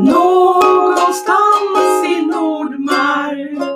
Någonstans i Nordmark.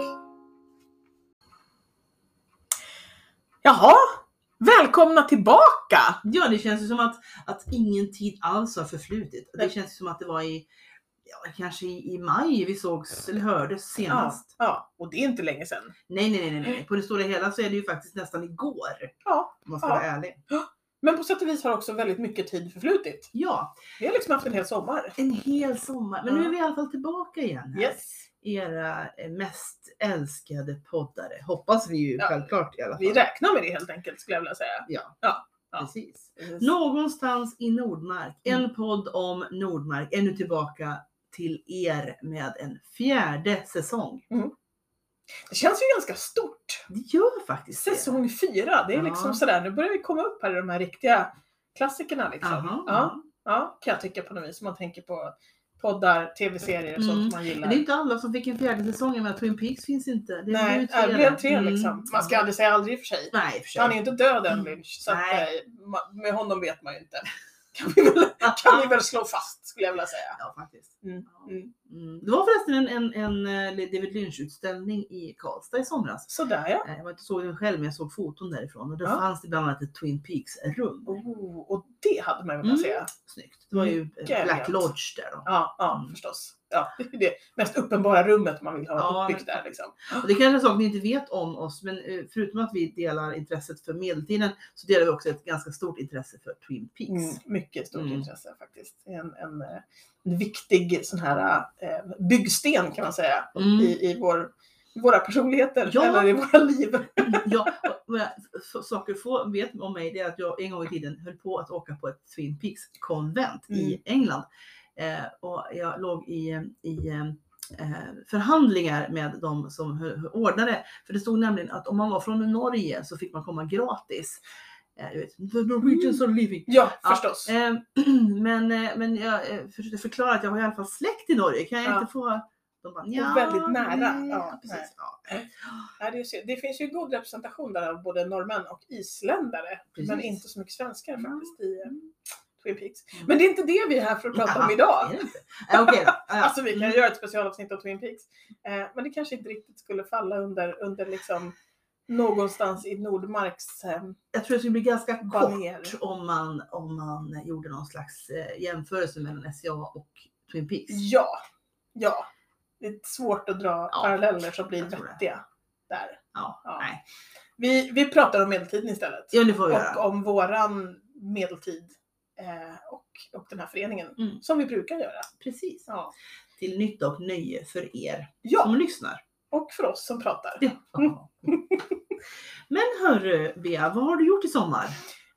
Jaha, välkomna tillbaka! Ja, det känns ju som att ingen tid alls har förflutit. Det känns som att det var kanske i maj vi sågs eller hördes senast. Ja, och det är inte länge sedan. Nej. På det stora hela så är det ju faktiskt nästan igår. Ja. Om man ska vara ärlig. Men på sätt och vis har också väldigt mycket tid förflutit. Ja. Vi har liksom haft en hel sommar. En hel sommar. Men nu är vi i alla fall tillbaka igen här. Yes. Era mest älskade poddare. Hoppas vi ju självklart i alla fall. Vi räknar med det helt enkelt, skulle jag vilja säga. Ja. Precis. Någonstans i Nordmark. En podd om Nordmark. Är nu tillbaka till er med en 4:e säsong. Det känns ju ganska stort. Det gör faktiskt Säsong 4. Det är liksom sådär. Nu börjar vi komma upp här i de här riktiga klassikerna liksom. Ja, kan jag tycka på något vis. Man tänker på poddar, tv-serier och sånt man gillar. Men det är inte alla som fick en 4:e säsong, men Twin Peaks finns inte. Det blev 3 liksom. Man ska aldrig säga aldrig för sig. Nej, för sig. Han är ju inte död än, Lynch. Så att, med honom vet man ju inte. Kan vi väl slå fast, skulle jag vilja säga. Ja, faktiskt. Det var förresten en David Lynch-utställning i Karlstad i somras. Sådär ja. Jag var inte såg den själv, men jag såg foton därifrån. Och då fanns det bland annat ett Twin Peaks-rum. Och det hade man velat säga. Snyggt. Det var ju Black Lodge där då. Ja, förstås. Ja, det är det mest uppenbara rummet man vill ha uppbyggt där liksom. Och det kanske är en sak ni inte vet om oss, men förutom att vi delar intresset för medeltiden så delar vi också ett ganska stort intresse för Twin Peaks. Mycket stort intresse faktiskt. En viktig sån här byggsten kan man säga i våra personligheter eller i våra liv. Saker få vet om mig det är att jag en gång i tiden höll på att åka på ett Twin Peaks konvent i England. Och jag låg i förhandlingar med de som ordnade. För det stod nämligen att om man var från Norge så fick man komma gratis. Du vet, the Norwegians are leaving. Ja, förstås. Men jag försökte förklara att jag har i alla fall släkt i Norge. Kan jag inte få... De bara, väldigt nära. Ja, precis. Det finns ju god representation där av både norrmän och isländare. Precis. Men inte så mycket svenskar faktiskt i Twin Peaks. Men det är inte det vi är här för att prata om idag. Okay, alltså vi kan göra ett specialavsnitt av Twin Peaks. Men det kanske inte riktigt skulle falla under liksom någonstans i Nordmarks jag tror det skulle bli ganska kort om man gjorde någon slags jämförelse mellan SCA och Twin Peaks. Ja. Det är svårt att dra paralleller som blir vettiga där. Nej. Vi pratar om medeltiden istället. Ja, det får vi och göra. Om våran medeltid och den här föreningen som vi brukar göra. Precis. Ja. Till nytta och nöje för er som lyssnar. Och för oss som pratar. Ja. Men hörru Bea, vad har du gjort i sommar?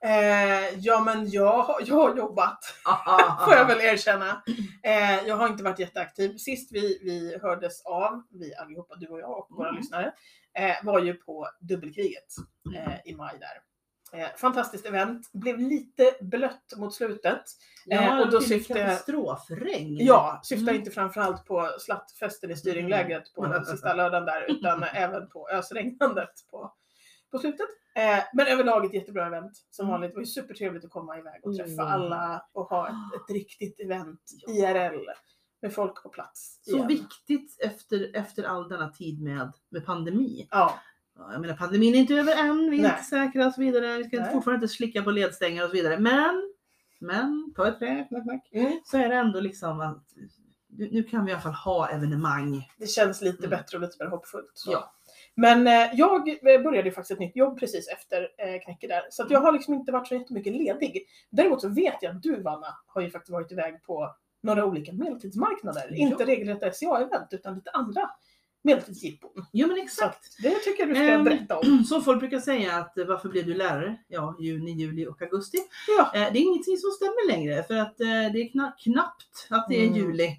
Men jag har jobbat. Får jag väl erkänna. Jag har inte varit jätteaktiv. Sist vi hördes av, vi allihopa, du och jag och våra lyssnare, var ju på Dubbelkriget i maj där. Fantastiskt event. Blev lite blött mot slutet. Och då syftade katastrofregn. Syftar inte framförallt på slattfesten i styringlägret på sista lördagen där, utan även på ösregnandet på slutet. Men överlag ett jättebra event som vanligt. Det var ju supertrevligt att komma iväg och träffa alla och ha ett riktigt event IRL med folk på plats. Så viktigt efter all denna tid med pandemi. Ja. Jag menar, pandemin är inte över än, vi är inte säkra och så vidare. Vi ska fortfarande inte slicka på ledstänger och så vidare. Men ta ett trä, så är det ändå liksom att nu kan vi i alla fall ha evenemang. Det känns lite bättre och lite mer hoppfullt. Så. Ja. Men jag började ju faktiskt ett nytt jobb precis efter knäcket där. Så att jag har liksom inte varit så jättemycket ledig. Däremot så vet jag att du, Vanna, har ju faktiskt varit iväg på några olika medeltidsmarknader. Inte regelrätta SCA-event utan lite andra medeltidsjippon. Jo men exakt. Så det tycker jag du ska berätta om. Så folk brukar säga att varför blev du lärare? Ja, juni, juli och augusti. Ja. Det är ingenting som stämmer längre för att det är knappt att det är juli.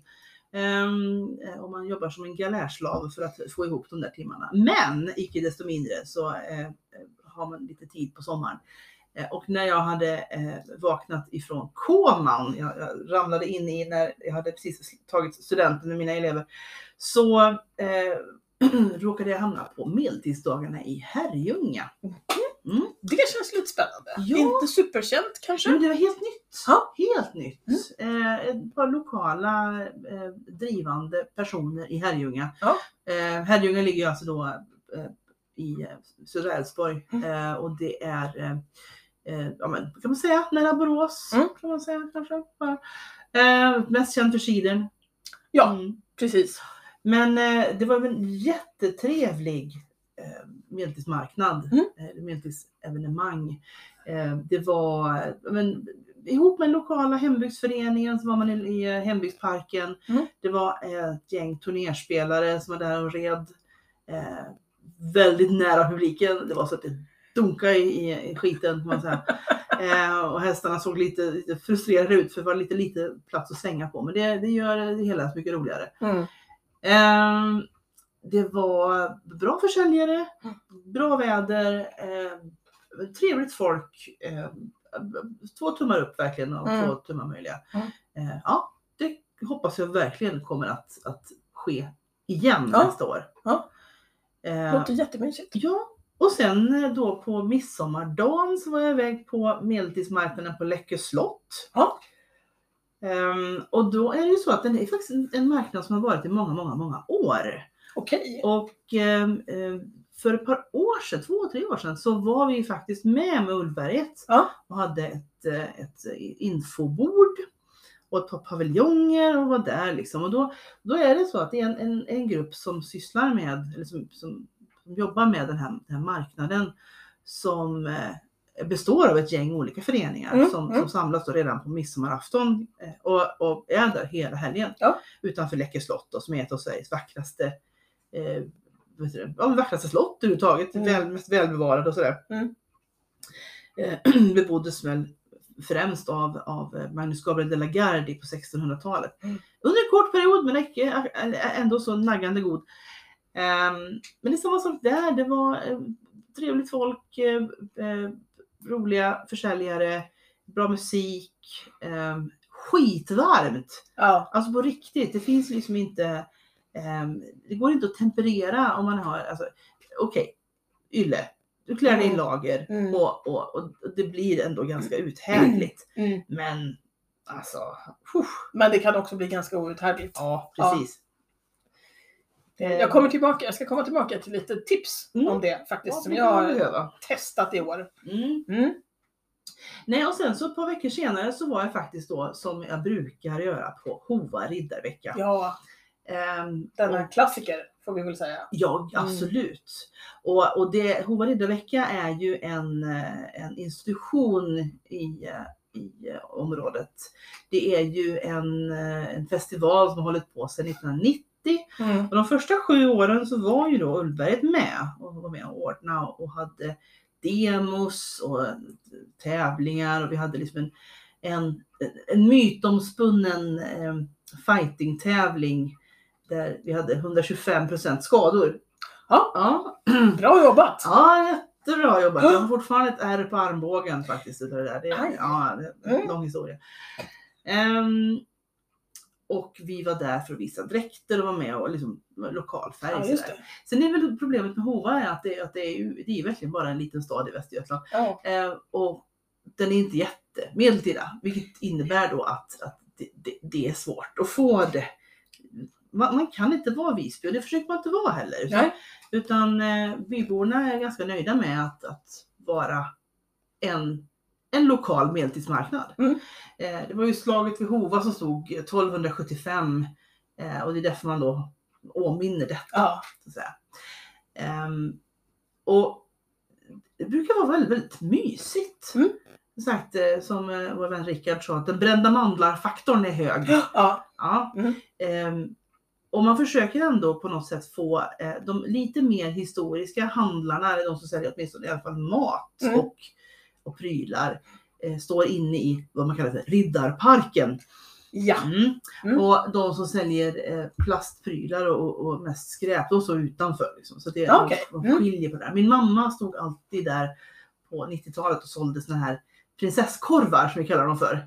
Om man jobbar som en galärslav för att få ihop de där timmarna. Men icke desto mindre så har man lite tid på sommaren. Och när jag hade vaknat ifrån koman, jag ramlade in i när jag hade precis tagit studenten med mina elever, så råkade jag hamna på medeltidsdagarna i Herrljunga. Det känns lite spännande. Ja. Inte superkänt kanske? Men det var helt nytt. Ja. Helt nytt. Ett par lokala drivande personer i Herrljunga. Ja. Herrljunga ligger alltså då i södra Älvsborg. Och det är, ja men kan man säga, nära Borås. Kan man säga kanske. Mest känd för cidern. Ja, precis. Men det var en jättetrevlig medeltidsmarknad, medeltidsevenemang. Det var, men, ihop med lokala hembygdsföreningen så var man i hembygdsparken. Det var ett gäng turnerspelare som var där och red väldigt nära publiken. Det var så att det dunkade i skiten kan man säga. Och hästarna såg lite frustrerade ut för det var lite plats att slänga på. Men det gör det hela så mycket roligare. Det var bra försäljare, bra väder, trevligt folk, 2 tummar upp verkligen och 2 tummar möjliga. Ja, det hoppas jag verkligen kommer att ske igen nästa år. Ja. Låter jättemysigt. Ja, och sen då på midsommardagen så var jag iväg på medeltidsmarknaden på Läckö slott. Ja. Och då är det ju så att den är faktiskt en marknad som har varit i många år. Okej. Och för ett par år sedan, 2-3 år sedan, så var vi faktiskt med Ullberget och hade ett infobord och ett par paviljonger och var där liksom. Och då är det så att det är en grupp som sysslar med, eller som jobbar med den här marknaden som består av ett gäng olika föreningar som samlas då redan på midsommarafton och är där hela helgen utanför Läckö slott då, som är ett av Sveriges vackraste vackraste slott överhuvudtaget, mest välbevarad och sådär. Beboddes väl främst av Magnus Gabriel de la Gardie på 1600-talet. Under en kort period, men ändå så naggande god. Men det är samma sak där, det var trevligt folk, roliga försäljare, bra musik, skitvarmt. Ja. Alltså på riktigt, det finns liksom inte, det går inte att temperera om man har, alltså okej, ylle, du klär dig i lager och det blir ändå ganska uthärdligt. Men alltså, men det kan också bli ganska outhärdligt. Ja, precis. Jag ska komma tillbaka till lite tips om det faktiskt som jag har testat i år. Nej, och sen så ett par veckor senare så var jag faktiskt då, som jag brukar göra, på Hova riddarvecka. Ja, denna klassiker får vi väl säga. Ja, absolut. Och det, Hova riddarvecka är ju en institution i området. Det är ju en festival som har hållit på sedan 1990. Och de första 7 åren så var ju då Ullberget med och ordna och hade demos och tävlingar och vi hade liksom en mytomspunnen fighting-tävling där vi hade 125% skador. Ja. Bra jobbat! Ja, jättebra jobbat. Jag har fortfarande ett ärr på armbågen faktiskt utav det där. Det är en lång historia. Och vi var där för att visa dräkter och vara med och liksom lokalfärg. Ja, just det. Sen är väl problemet med Hova är att det är verkligen bara en liten stad i Västergötland. Ja. Och den är inte jättemedeltida. Vilket innebär då att det är svårt att få det. Man kan inte vara Visby och det försöker man inte vara heller. Utan byborna är ganska nöjda med att vara en lokal medeltidsmarknad. Det var ju slaget vid Hova som stod 1275 och det är därför man då åminner detta. Så att säga. Och det brukar vara väldigt, väldigt mysigt. Sagt, som vår vän Rickard sa, att den brända mandlar-faktorn är hög. Och man försöker ändå på något sätt få de lite mer historiska handlarna, eller de som säljer åtminstone i alla fall mat och prylar, står inne i vad man kallar för riddarparken. Och de som säljer plastprylar och mest skräp, de står utanför. Liksom. Så det de skiljer på det där. Min mamma stod alltid där på 90-talet och sålde såna här prinsesskorvar som vi kallar dem för.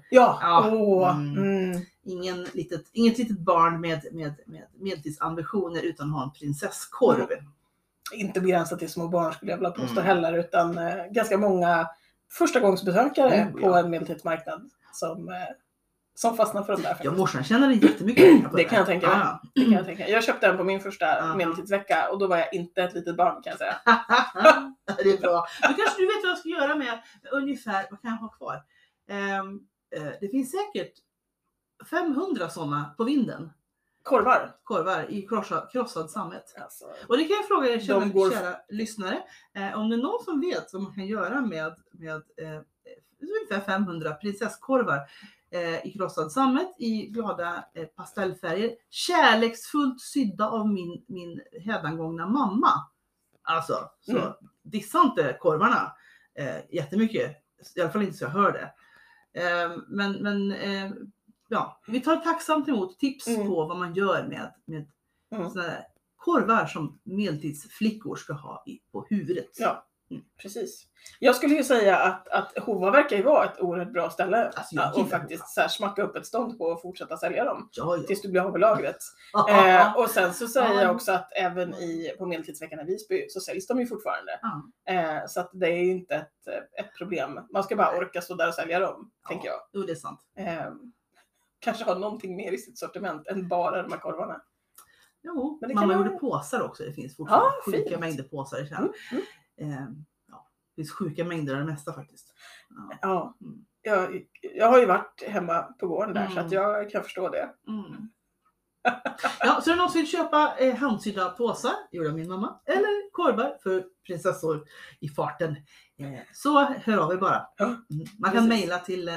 Inget litet barn med medeltidsambitioner utan att ha en prinsesskorv. inte begränsat till små barn skulle jag vilja påstå heller, utan ganska många förstagångsbesökare på en medeltidsmarknad som fastnar för de där. Ja, morsan tjänade jättemycket på det. Kan jag tänka mig. Det kan jag tänka. Jag köpte den på min första medeltidsvecka och då var jag inte ett litet barn kan jag säga. Det är bra. Då kanske du vet vad jag ska göra med ungefär, vad kan jag ha kvar? Det finns säkert 500 sådana på vinden. Korvar i krossad sammet. Alltså, och det kan jag fråga er kära lyssnare. Om det är någon som vet vad man kan göra med ungefär 500 prinsesskorvar i krossad sammet i glada pastellfärger. Kärleksfullt sydda av min hädangångna mamma. Alltså, så dissa inte korvarna jättemycket. I alla fall inte så jag hör det. Men vi tar tacksamt emot tips på vad man gör med såna här korvar som medeltidsflickor ska ha på huvudet. Ja, precis. Jag skulle ju säga att Hova verkar ju vara ett oerhört bra ställe och faktiskt så här, smacka upp ett stånd på och fortsätta sälja dem tills du blir av med lagret. Och sen så säger jag också att även på medeltidsveckan i Visby så säljs de ju fortfarande. Så att det är ju inte ett problem. Man ska bara orka stå där och sälja dem, tänker jag. Jo, det är sant. Kanske ha någonting mer i sitt sortiment än bara de här korvarna. Jo, men mamma gjorde påsar också. Det finns fortfarande sjuka mängder påsar i kärn. Det finns sjuka mängder av det mesta faktiskt. Jag har ju varit hemma på gården där så att jag kan förstå det. Så är det någon som vill köpa handsydda påsar, gjorde min mamma, eller korvar för prinsessor i farten, så hör av er bara. Man kan mejla till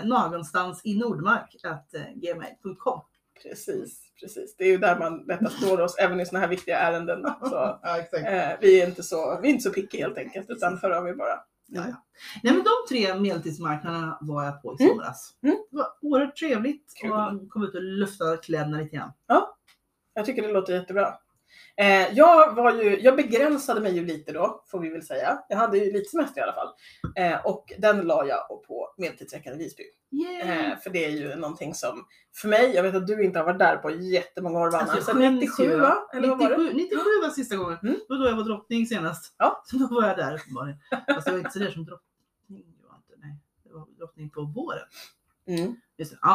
nagonstansinordmark@gmail.com. Precis. Det är ju där detta står oss även i såna här viktiga ärenden. Så, vi är inte så picky helt enkelt, utan hör av er bara. Nej, men de 3 medeltidsmarknaderna var jag på i somras. Det var oerhört trevligt och kom ut och luftade kläderna lite grann. Ja, jag tycker det låter jättebra. Jag begränsade mig ju lite då, får vi väl säga. Jag hade ju lite semester i alla fall. Och den la jag på medeltidsveckan i Visby. För det är ju någonting som, för mig, jag vet att du inte har varit där på jättemånga år. Alltså, 97 va? Eller 97 var sista gången. Och då jag var drottning senast. Så då var jag där. Alltså jag var inte så där som drottning. Nej, det var drottning på våren. Just det.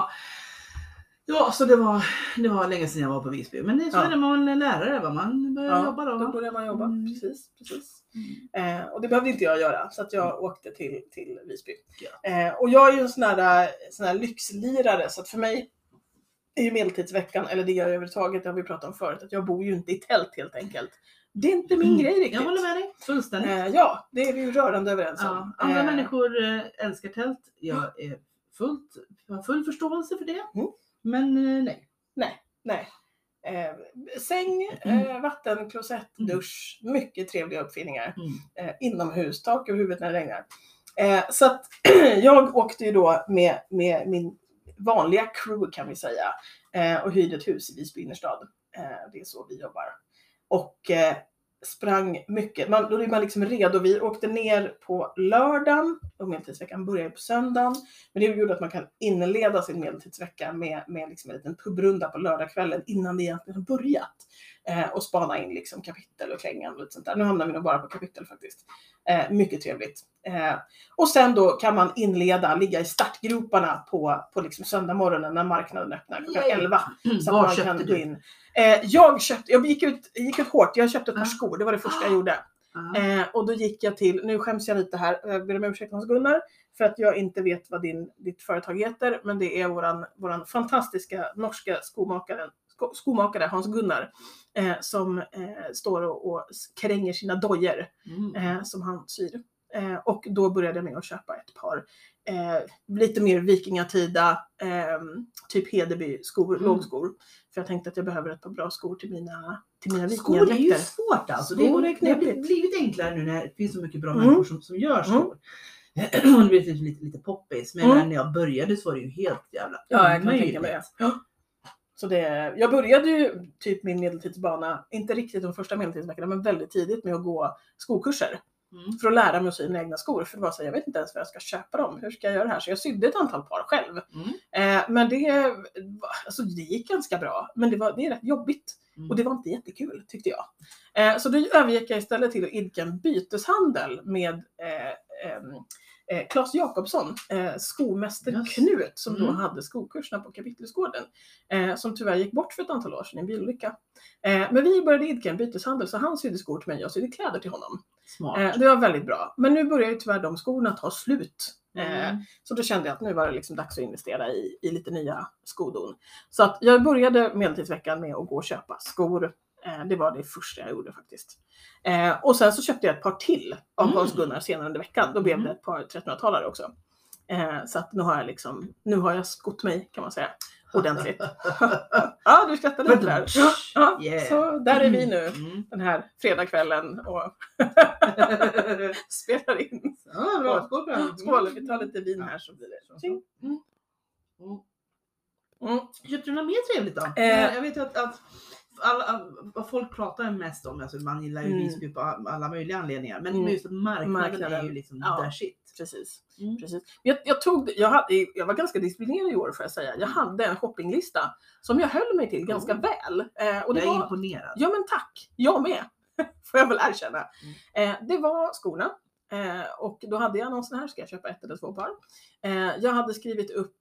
Ja, så det var länge sedan jag var på Visby. Men det är så när man är lärare, man börjar jobba då. Då börjar man jobba, precis. Och det behövde inte jag göra, så att jag åkte till Visby. Och jag är ju en sån här lyxlirare, så att för mig är ju medeltidsveckan, eller det jag överhuvudtaget, det har vi pratat om förut, att jag bor ju inte i tält helt enkelt. Det är inte min grej riktigt. Jag håller med dig, fullständigt. Ja, det är vi ju rörande överens om. Andra människor älskar tält. Jag har full förståelse för det. Men nej. Säng, vatten, klosett, dusch. Mycket trevliga uppfinningar. Inomhus, tak över huvudet när det regnar. Så att jag åkte ju då med min vanliga crew kan vi säga. Och hyrde ett hus i Visby innerstad. Det är så vi jobbar. Och sprang mycket. Då är man liksom redo. Vi åkte ner på lördagen och medeltidsveckan började på söndagen. Men det gjorde att man kan inleda sin medeltidsvecka med liksom en liten pubrunda på lördagskvällen innan det egentligen har börjat. Och spana in liksom kapitel och klängan och lite sånt där. Nu hamnar vi nog bara på kapitel faktiskt. Mycket trevligt. Och sen då kan man ligga i startgroparna på liksom söndag morgonen när marknaden öppnar klockan 11. Så att man kan gå in. Jag gick ut hårt. Jag köpte ett par skor. Det var det första jag gjorde. Och då gick jag till, nu skäms jag lite här, jag ber om ursäkt Hans Gunnar, för att jag inte vet vad ditt företag heter, men det är våran fantastiska norska skomakare Hans Gunnar som står och kränger sina dojor som han syr. Och då började jag med att köpa ett par lite mer vikingatida typ Hedeby lågskor. För jag tänkte att jag behöver ett par bra skor till mina vikingadräkter. Skor är ju svårt alltså. Det har blivit enklare nu när det finns så mycket bra människor som gör skor. Det blir lite poppis. Men när jag började så var det ju helt jävla jag kan tänka mig det. Så jag började ju typ min medeltidsbana, inte riktigt de första medeltidsveckorna, men väldigt tidigt med att gå skokurser. För att lära mig att sy mina egna skor. För det var så jag vet inte ens vad jag ska köpa dem. Hur ska jag göra det här? Så jag sydde ett antal par själv. Men det gick ganska bra. Men det är rätt jobbigt. Och det var inte jättekul tyckte jag. Så då övergick jag istället till att idka en byteshandel med Claes Jakobsson, skomäster Knut, som då hade skokurserna på Kapitelsgården, som tyvärr gick bort för ett antal år sedan i en bilolycka. Men vi började idka en byteshandel, så han sydde skor till mig och jag sydde kläder till honom. Det var väldigt bra. Men nu börjar ju tyvärr de skorna ta slut. Så då kände jag att nu var det liksom dags att investera i lite nya skodon. Så att jag började medeltidsveckan med att gå och köpa skor. Det var det första jag gjorde faktiskt. Och sen så köpte jag ett par till av Hans Gunnar senare under veckan. Då blev det ett par 1300-talare också. Så att nu har jag skott mig, kan man säga, ordentligt. Ja, du skrattade lite där. Ja, så där är vi nu den här fredagskvällen och spelar in. Ja, bra. Skål, vi tar lite vin här så blir det. Köpte du något mer trevligt då? Jag vet att vad folk pratar mest om, alltså man gillar ju Visby på alla möjliga anledningar, men just att marknaden är ju liksom där shit. Precis. Jag var ganska disciplinerad i år, får jag säga. Jag hade en shoppinglista som jag höll mig till ganska väl. Och det jag är var imponerad. Ja men tack, jag med. Får jag väl erkänna. Det var skorna. Och då hade jag någon sån här, ska jag köpa 1 eller 2 par. Jag hade skrivit upp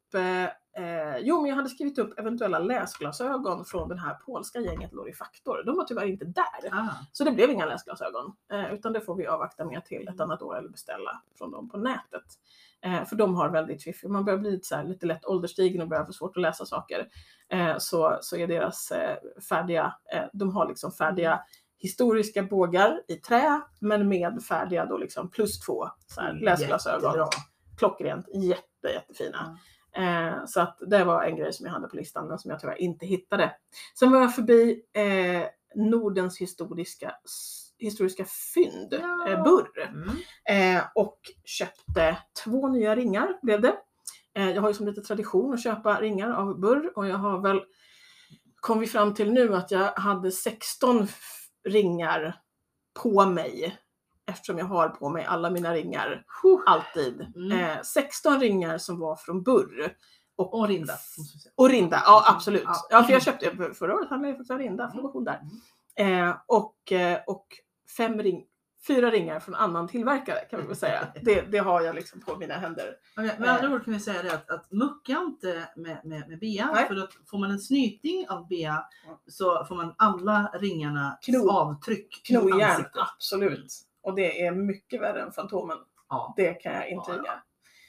eventuella läsglasögon från den här polska gänget Lorifactor. De var tyvärr inte där. Så det blev inga läsglasögon. Utan det får vi avvakta med till ett annat år eller beställa från dem på nätet. För de har väldigt fiffigt. Man börjar bli lite lätt ålderstigen och börjar få svårt att läsa saker. Så är deras färdiga, de har liksom färdiga historiska bågar i trä, men med färdiga då liksom +2 så här läsglasögon. Klockrent, jättefina. Så att det var en grej som jag hade på listan, men som jag tyvärr inte hittade. Sen var jag förbi Nordens historiska fynd, Burr. Och köpte 2 nya ringar blev det. Jag har ju som lite tradition att köpa ringar av Burr, och jag har väl kommit fram till nu att jag hade 16 ringar på mig, eftersom jag har på mig alla mina ringar alltid. 16 ringar som var från Burr. Och Rinda. Och Rinda, ja absolut. Ja, för jag köpte förra året, han faktiskt Rinda, funktion där. Och 4 ringar från annan tillverkare, kan vi väl säga. Det har jag liksom på mina händer. Med andra ord kan vi säga det att mucka inte med Bea. Nej. För att får man en snyting av Bea så får man alla ringarna avtryck i ansiktet. Absolut. Och det är mycket värre än Fantomen. Ja. Det kan jag intyga.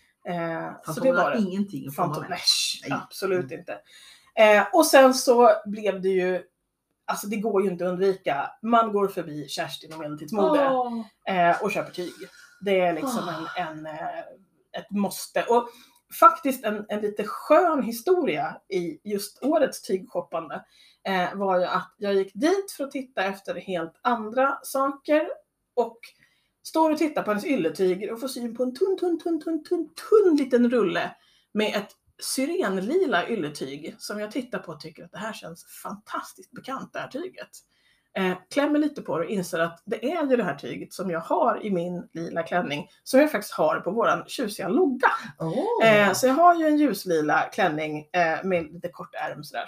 Så det var ingenting. Fantomen, absolut inte. Och sen så blev det ju, alltså det går ju inte att undvika. Man går förbi Kerstin och Medeltidsmode och köper tyg. Det är liksom ett måste. Och faktiskt en lite skön historia i just årets tygshoppande var ju att jag gick dit för att titta efter helt andra saker och står och tittar på hennes ylletyg och får syn på en tunn liten rulle med ett syrenlila ylletyg som jag tittar på och tycker att det här känns fantastiskt bekant, det här tyget. Klämmer lite på det och inser att det är ju det här tyget som jag har i min lila klänning, som jag faktiskt har på våran tjusiga logga. Så jag har ju en ljuslila klänning med lite kort ärm sådär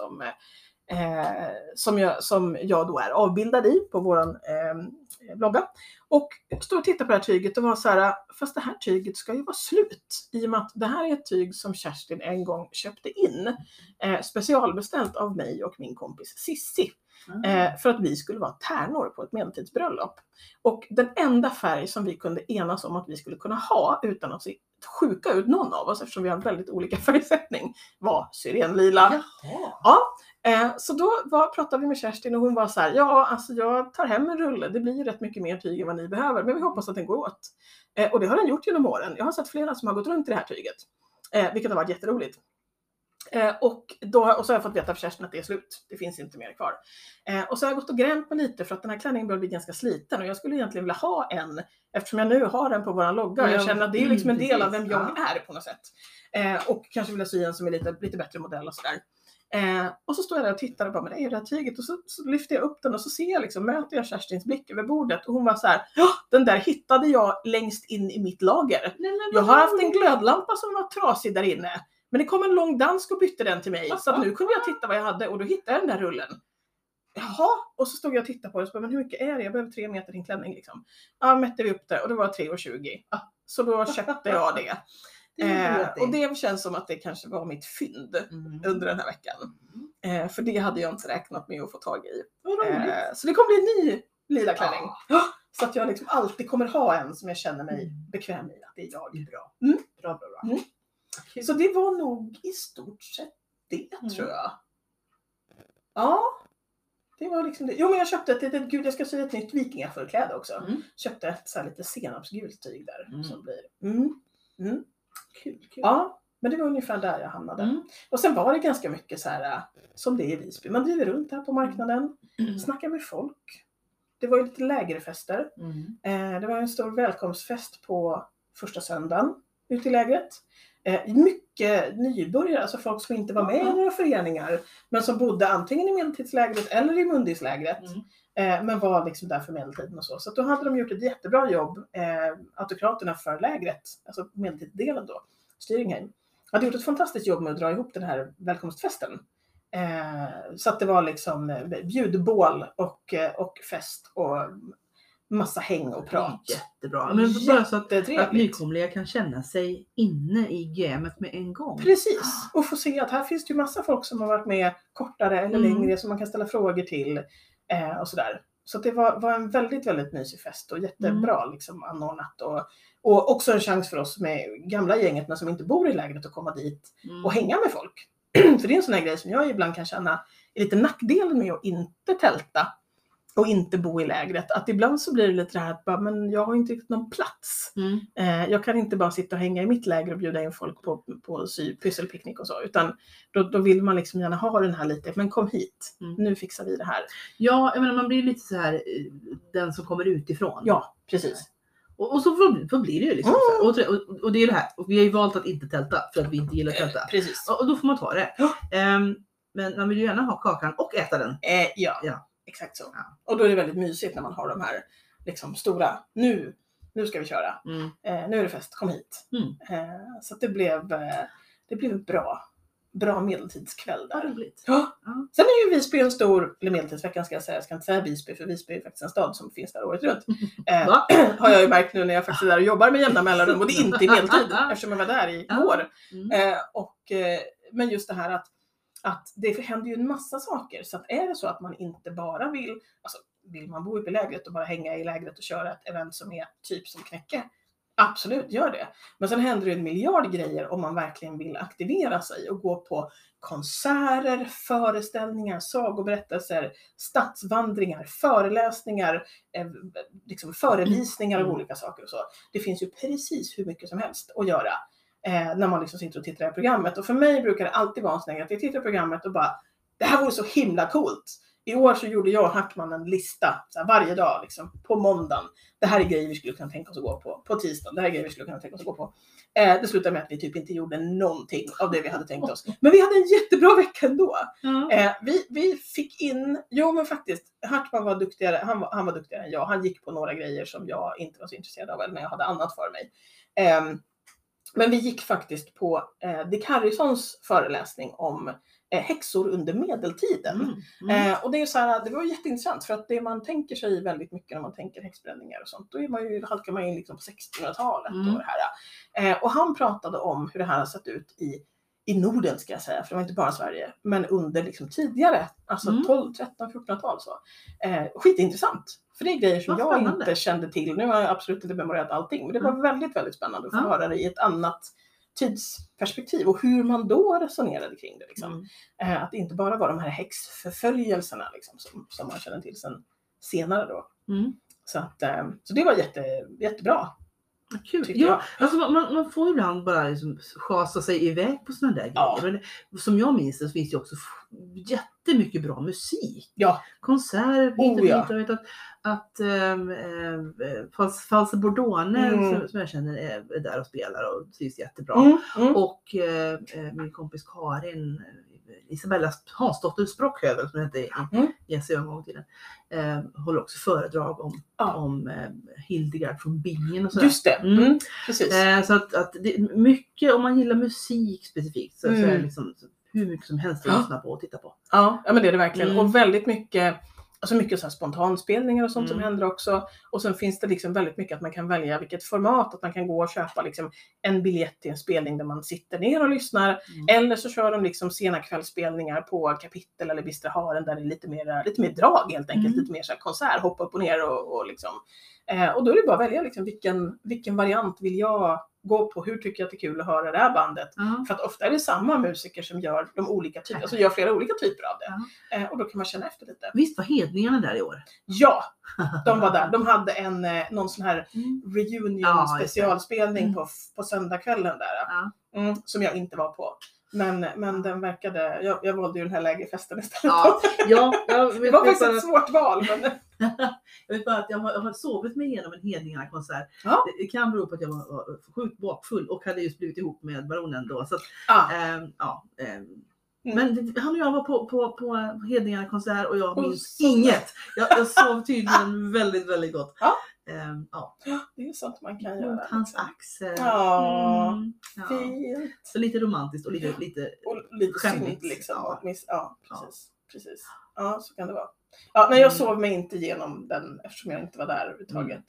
som jag då är avbildad i på våran logga. Och står och tittar på det här tyget och var så här, fast det här tyget ska ju vara slut. I och med att det här är ett tyg som Kerstin en gång köpte in. Specialbeställt av mig och min kompis Sissi. För att vi skulle vara tärnor på ett medeltidsbröllop. Och den enda färg som vi kunde enas om att vi skulle kunna ha utan att se sjuka ut någon av oss, eftersom vi har väldigt olika färgsättning, var syrenlila. Så då pratade vi med Kerstin och hon var så här, alltså jag tar hem en rulle, det blir ju rätt mycket mer tyg än vad ni behöver, men vi hoppas att den går åt. Och det har den gjort genom åren. Jag har sett flera som har gått runt i det här tyget, vilket har varit jätteroligt. Och så har jag fått veta av Kerstin att det är slut. Det finns inte mer kvar. Och så har jag gått och grämt mig lite för att den här klänningen börjar bli ganska sliten. Och jag skulle egentligen vilja ha en, eftersom jag nu har den på våran logga. Och jag känner att det är liksom en del av vem jag är på något sätt. Och kanske vilja sy en som är lite bättre modell och sådär. Och så står jag där och tittar och bara, men det är ju det här tyget. Och så lyfter jag upp den och så ser jag liksom, möter jag Kerstins blick över bordet. Och hon var så här, den där hittade jag längst in i mitt lager. Jag har haft en glödlampa som var trasig där inne. Men det kom en lång dansk och bytte den till mig. Så att nu kunde jag titta vad jag hade och då hittade jag den där rullen. jaha, och så stod jag och tittade på det och så bara, men hur mycket är det? Jag behöver 3 meter din klänning liksom. Ja, mätte vi upp det och det var 3,20. Så då köpte jag det. Och det känns som att det kanske var mitt fynd under den här veckan. För det hade jag inte räknat med att få tag i. Så det kommer bli en ny lila klänning. Så att jag liksom alltid kommer ha en som jag känner mig bekväm i. Att det är jag. Bra. Bra. Så det var nog i stort sett det tror jag. Ja. Det var liksom det. Jo, men jag köpte jag ska säga ett nytt vikingaförkläde också. Köpte ett så här lite senapsgult tyg där. Som blir. Kul. Ja, men det var ungefär där jag hamnade. Och sen var det ganska mycket så här som det är i Visby. Man driver runt här på marknaden. Snackar med folk. Det var ju lite lägerfester. Det var en stor välkomstfest på första söndagen ute i lägret. Mycket nybörjare, alltså folk som inte var med i några föreningar. Men som bodde antingen i medeltidslägret eller i mundislägret. Men var liksom där för medeltiden och så. Så då hade de gjort ett jättebra jobb. Autokraterna för lägret, alltså medeltidsdelen då. Styringheim. Hade gjort ett fantastiskt jobb med att dra ihop den här välkomstfesten. Så att det var liksom bjudbål och fest och massa häng och prat. Jättebra. Men bara så att nykomliga kan känna sig inne i gamet med en gång. Precis. Och få se att här finns det ju massa folk som har varit med kortare eller längre som man kan ställa frågor till och sådär. Så det var en väldigt, väldigt mysig fest och jättebra liksom anordnat. Och också en chans för oss med gamla gänget som inte bor i lägret att komma dit och hänga med folk. För det är en sån här grej som jag ibland kan känna är lite nackdelen med att inte tälta och inte bo i lägret. Att ibland så blir det lite det här att bara, men jag har inte riktigt någon plats. Jag kan inte bara sitta och hänga i mitt läger och bjuda in folk på pysselpicknick och så. Utan då vill man liksom gärna ha den här lite, men kom hit. Nu fixar vi det här. Ja, jag menar, man blir lite så här den som kommer utifrån. Ja, precis. Och så blir det ju liksom så här. Och det är det här. Och vi har ju valt att inte tälta för att vi inte gillar tälta. Precis. Och då får man ta det. Men man vill ju gärna ha kakan och äta den. Ja. Exakt så. Ja. Och då är det väldigt mysigt när man har de här liksom stora, nu ska vi köra. Nu är det fest, kom hit. Så att det blev en bra medeltidskväll där. Roligt. Ja. Sen är ju Visby en stor, eller medeltidsveckan ska jag säga, jag ska inte säga Visby för Visby är faktiskt en stad som finns där året runt. Har jag ju märkt nu när jag faktiskt är där och jobbar med jämna mellanrum och det är inte i medeltid eftersom jag var där i år. Men just det här att det händer ju en massa saker. Så att är det så att man inte bara vill man bo i lägret och bara hänga i lägret och köra ett event som är typ som Knäcke. Absolut, gör det. Men sen händer det en miljard grejer om man verkligen vill aktivera sig och gå på konserter, föreställningar, sagoberättelser, stadsvandringar, föreläsningar, liksom förevisningar av olika saker och så. Det finns ju precis hur mycket som helst att göra. När man liksom sitter och tittar på programmet. Och för mig brukar det alltid vara en sån att jag tittar på programmet och bara, det här vore så himla coolt. I år så gjorde jag och Hartman en lista så här, varje dag liksom, på måndagen. Det här är grejer vi skulle kunna tänka oss att gå på tisdagen. Det här är grejer vi skulle kunna tänka oss att gå på. Det slutade med att vi typ inte gjorde någonting av det vi hade tänkt oss. Men vi hade en jättebra vecka ändå. Vi fick in, men faktiskt, Hartman var duktigare, han var duktigare än jag. Han gick på några grejer som jag inte var så intresserad av, eller när jag hade annat för mig. Men vi gick faktiskt på Dick Harrisons föreläsning om häxor under medeltiden. Och det är så här, det var jätteintressant för att det man tänker sig väldigt mycket när man tänker häxbränningar och sånt, då halkar man in liksom på 1600-talet och det här. Och han pratade om hur det här har sett ut i Norden ska jag säga, för det var inte bara Sverige, men under liksom tidigare, alltså 12, 13, 1400-tal så. Skitintressant. För det är grejer som jag inte kände till. Nu har jag absolut inte memorerat allting, men det var väldigt, väldigt spännande att få höra det i ett annat tidsperspektiv och hur man då resonerade kring det. Liksom. Att det inte bara var de här häxförföljelserna liksom, som man känner till sen senare då. Så det var jättebra. Kul. Ja, alltså man får ibland bara liksom chasa sig iväg på sådana där grejer. Men som jag minns det så finns det också jättemycket bra musik. Ja. Konserter. Jag vet att False Bordone som jag känner är där och spelar och syns jättebra. Och min kompis Karin, Isabella Hansdotter Sprockhövel som hette i SE en gång till den, håller också föredrag om Hildegard från Bingen och sådär. Just det, precis. Så att det, mycket, om man gillar musik specifikt så är det liksom hur mycket som helst att lyssna på och titta på. Ja, men det är det verkligen. Och väldigt mycket, alltså mycket så här spontanspelningar och sånt som händer också. Och sen finns det liksom väldigt mycket att man kan välja vilket format. Att man kan gå och köpa liksom en biljett till en spelning där man sitter ner och lyssnar. Eller så kör de liksom sena kvällsspelningar på Kapitel eller Bistra Haren där det är lite mer drag helt enkelt. Lite mer så här konsert, hoppa upp och ner och liksom. Och då är det bara att välja liksom vilken variant vill jag gå på, hur tycker jag att det är kul att höra det här bandet. För att ofta är det samma musiker som gör de olika typer, alltså gör flera olika typer av det. Och då kan man känna efter lite. Visst var Hedningarna där i år? Ja, de var där. De hade någon sån här reunion specialspelning på söndagskvällen där. Som jag inte var på. Men den verkade, jag valde ju den här lägerfesten istället. Det var faktiskt ett svårt val. Men... jag vet bara att jag har sovit mig igenom en Hedningarna-konsert. Det kan bero på att jag var sjukt bakfull och hade just blivit ihop med baronen då. Så att, men han och jag var på Hedningarna-konsert och jag minns inget. Jag sov tydligen väldigt, väldigt gott. Det är sånt man kan göra. Hans axel. Fint. Så lite romantiskt och lite skämmigt liksom. Precis. Ja, så kan det vara. Nej, jag sov mig inte igenom den eftersom jag inte var där överhuvudtaget.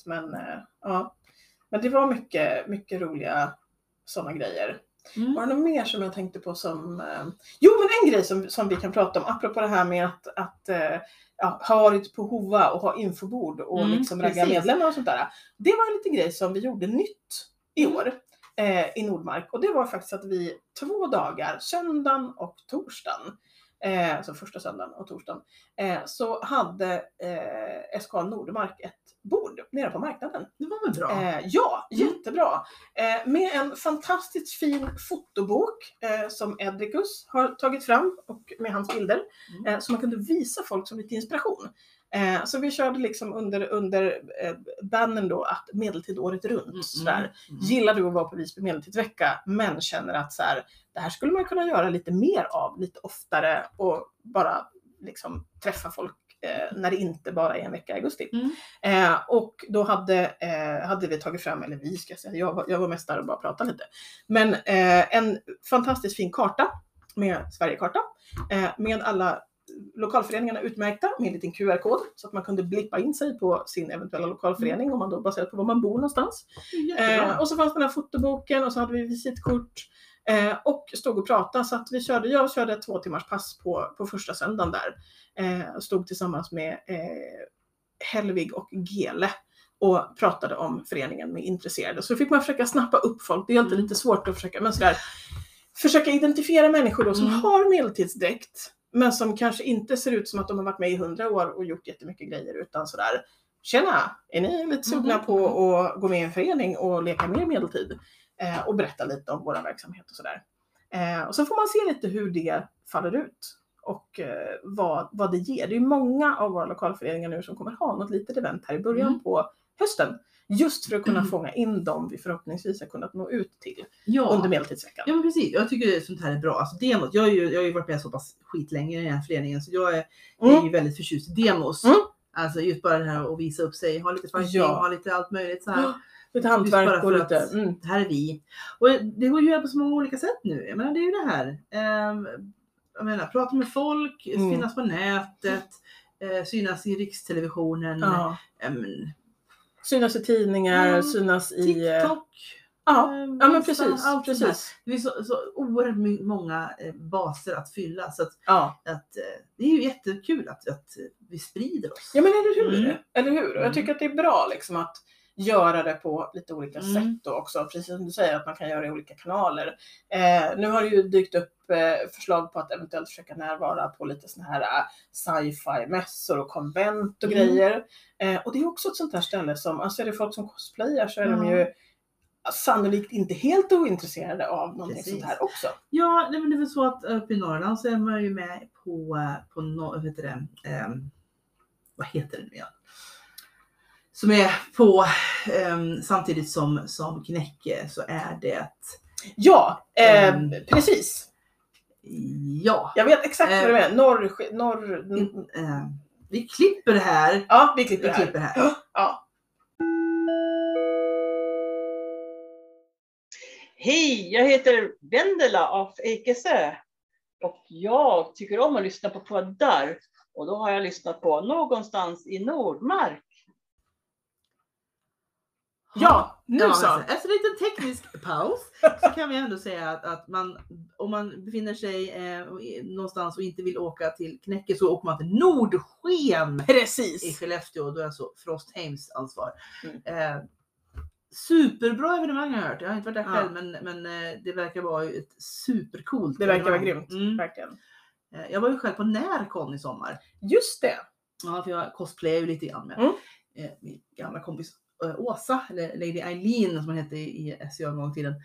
Men det var mycket, mycket roliga sådana grejer. Var det något mer som jag tänkte på som... men en grej som vi kan prata om, apropå det här med att ha varit på Hova och ha infobord och liksom ragga medlemmar och sånt där. Det var en liten grej som vi gjorde nytt i år i Nordmark. Och det var faktiskt att vi 2 dagar, söndagen och torsdagen, alltså första söndagen och torsdagen, så hade SK Nordmark ett bord nere på marknaden. Det var väl bra? Ja, jättebra. Med en fantastiskt fin fotobok som Edrikus har tagit fram och med hans bilder. Så man kunde visa folk som lite inspiration. Så vi körde liksom under bannern då att medeltid året runt. Gillar du att vara på Visby medeltidsvecka men känner att så här, det här skulle man kunna göra lite mer av, lite oftare och bara liksom träffa folk när det inte bara är en vecka i augusti. Och då hade vi tagit fram, eller vi ska säga, jag var mest där och bara pratade lite. Men en fantastiskt fin karta med Sverigekarta med alla lokalföreningarna utmärkta med en liten QR-kod så att man kunde blippa in sig på sin eventuella lokalförening om man då baserat på var man bor någonstans. Och så fanns den här fotoboken och så hade vi visitkort och stod och pratade så att jag körde ett 2 timmars pass på första söndagen där. Stod tillsammans med Helvig och Gele och pratade om föreningen med intresserade. Så fick man försöka snappa upp folk. Det är alltid lite svårt att försöka identifiera människor då som har medeltidsdräkt men som kanske inte ser ut som att de har varit med i 100 år och gjort jättemycket grejer utan sådär. Tjena, är ni lite sugna på att gå med i en förening och leka mer medeltid? Och berätta lite om vår verksamhet och sådär. Och så får man se lite hur det faller ut. Och vad det ger. Det är många av våra lokalföreningar nu som kommer ha något litet event här i början på hösten. Just för att kunna fånga in dem vi förhoppningsvis har kunnat nå ut till under medeltidsveckan. Ja men precis, jag tycker sånt här är bra. Alltså demos, jag har ju varit med så pass skitlänge i den här föreningen så jag är ju väldigt förtjust i demos. Alltså just bara det här att visa upp sig, ha lite fighting, ha lite allt möjligt så här. Lite hantverk och lite. Här är vi. Och det går ju att göra på så många olika sätt nu. Jag menar det är ju det här. Jag menar prata med folk, finnas på nätet, synas i rikstelevisionen. Synas i tidningar, synas i TikTok. Men precis. Det är så oerhört många baser att fylla så att det är ju jättekul att vi sprider oss. Ja men eller hur? Och jag tycker att det är bra liksom att göra det på lite olika sätt då också. Precis som du säger att man kan göra det i olika kanaler. Nu har det ju dykt upp förslag på att eventuellt försöka närvara på lite såna här sci-fi-mässor och konvent och grejer. Och det är också ett sånt här ställe som, alltså är det folk som cosplayar så är de ju sannolikt inte helt ointresserade av någonting sånt här också. Ja, men det är väl så att uppe i Norrland så är man ju med på vad heter det nu igen? Som är på samtidigt som Knäcke så är det precis. Ja. Jag vet exakt vad det är. Norr vi klipper det här. Ja, vi klipper det här. Ja. Hej, jag heter Vendela af Ekesö Och jag tycker om att lyssna på poddar. Och då har jag lyssnat på Någonstans i Nordmark. Ja, nu så. Efter en liten teknisk paus så kan vi ändå säga att om man befinner sig någonstans och inte vill åka till Knäcke så åker man till Nordsken. Precis. I Skellefteå. Då är alltså Frostheims ansvar. Superbra evenemang har jag hört. Jag har inte varit där själv men det verkar vara ett supercoolt. Det verkar vara grymt, verkligen. Jag var ju själv på Närcon i sommar. Just det. Ja, för jag cosplayar ju lite grann med min gamla kompis Åsa, eller Lady Eileen som hon hette i SCA en gång i tiden.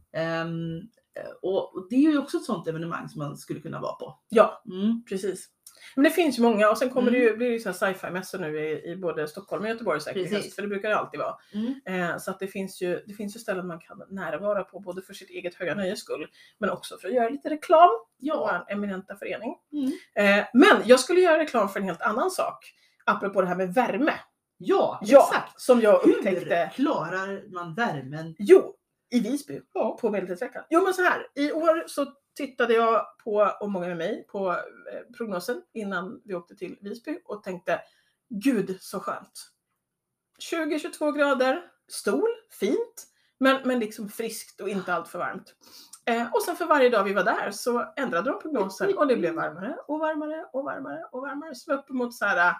Och det är ju också ett sånt evenemang som man skulle kunna vara på. Ja, precis. Men det finns ju många och sen kommer det ju, blir det ju så här sci-fi-mässor nu i både Stockholm och Göteborg säkert i höst, för det brukar det alltid vara. Så att det finns ju ställen man kan närvara på både för sitt eget höga nöjes skull men också för att göra lite reklam. Ja, en eminenta förening. Men jag skulle göra reklam för en helt annan sak apropå det här med värme. Ja, exakt. Som jag upptäckte. Hur klarar man värmen? Jo, i Visby på medeltidsveckan. Jo men så här, i år så tittade jag på, och många med mig, på prognosen innan vi åkte till Visby och tänkte, gud så skönt. 20-22 grader, stol, fint, men liksom friskt och inte allt för varmt. Och sen för varje dag vi var där så ändrade de prognosen och det blev varmare och varmare och varmare och varmare. Så upp mot så här,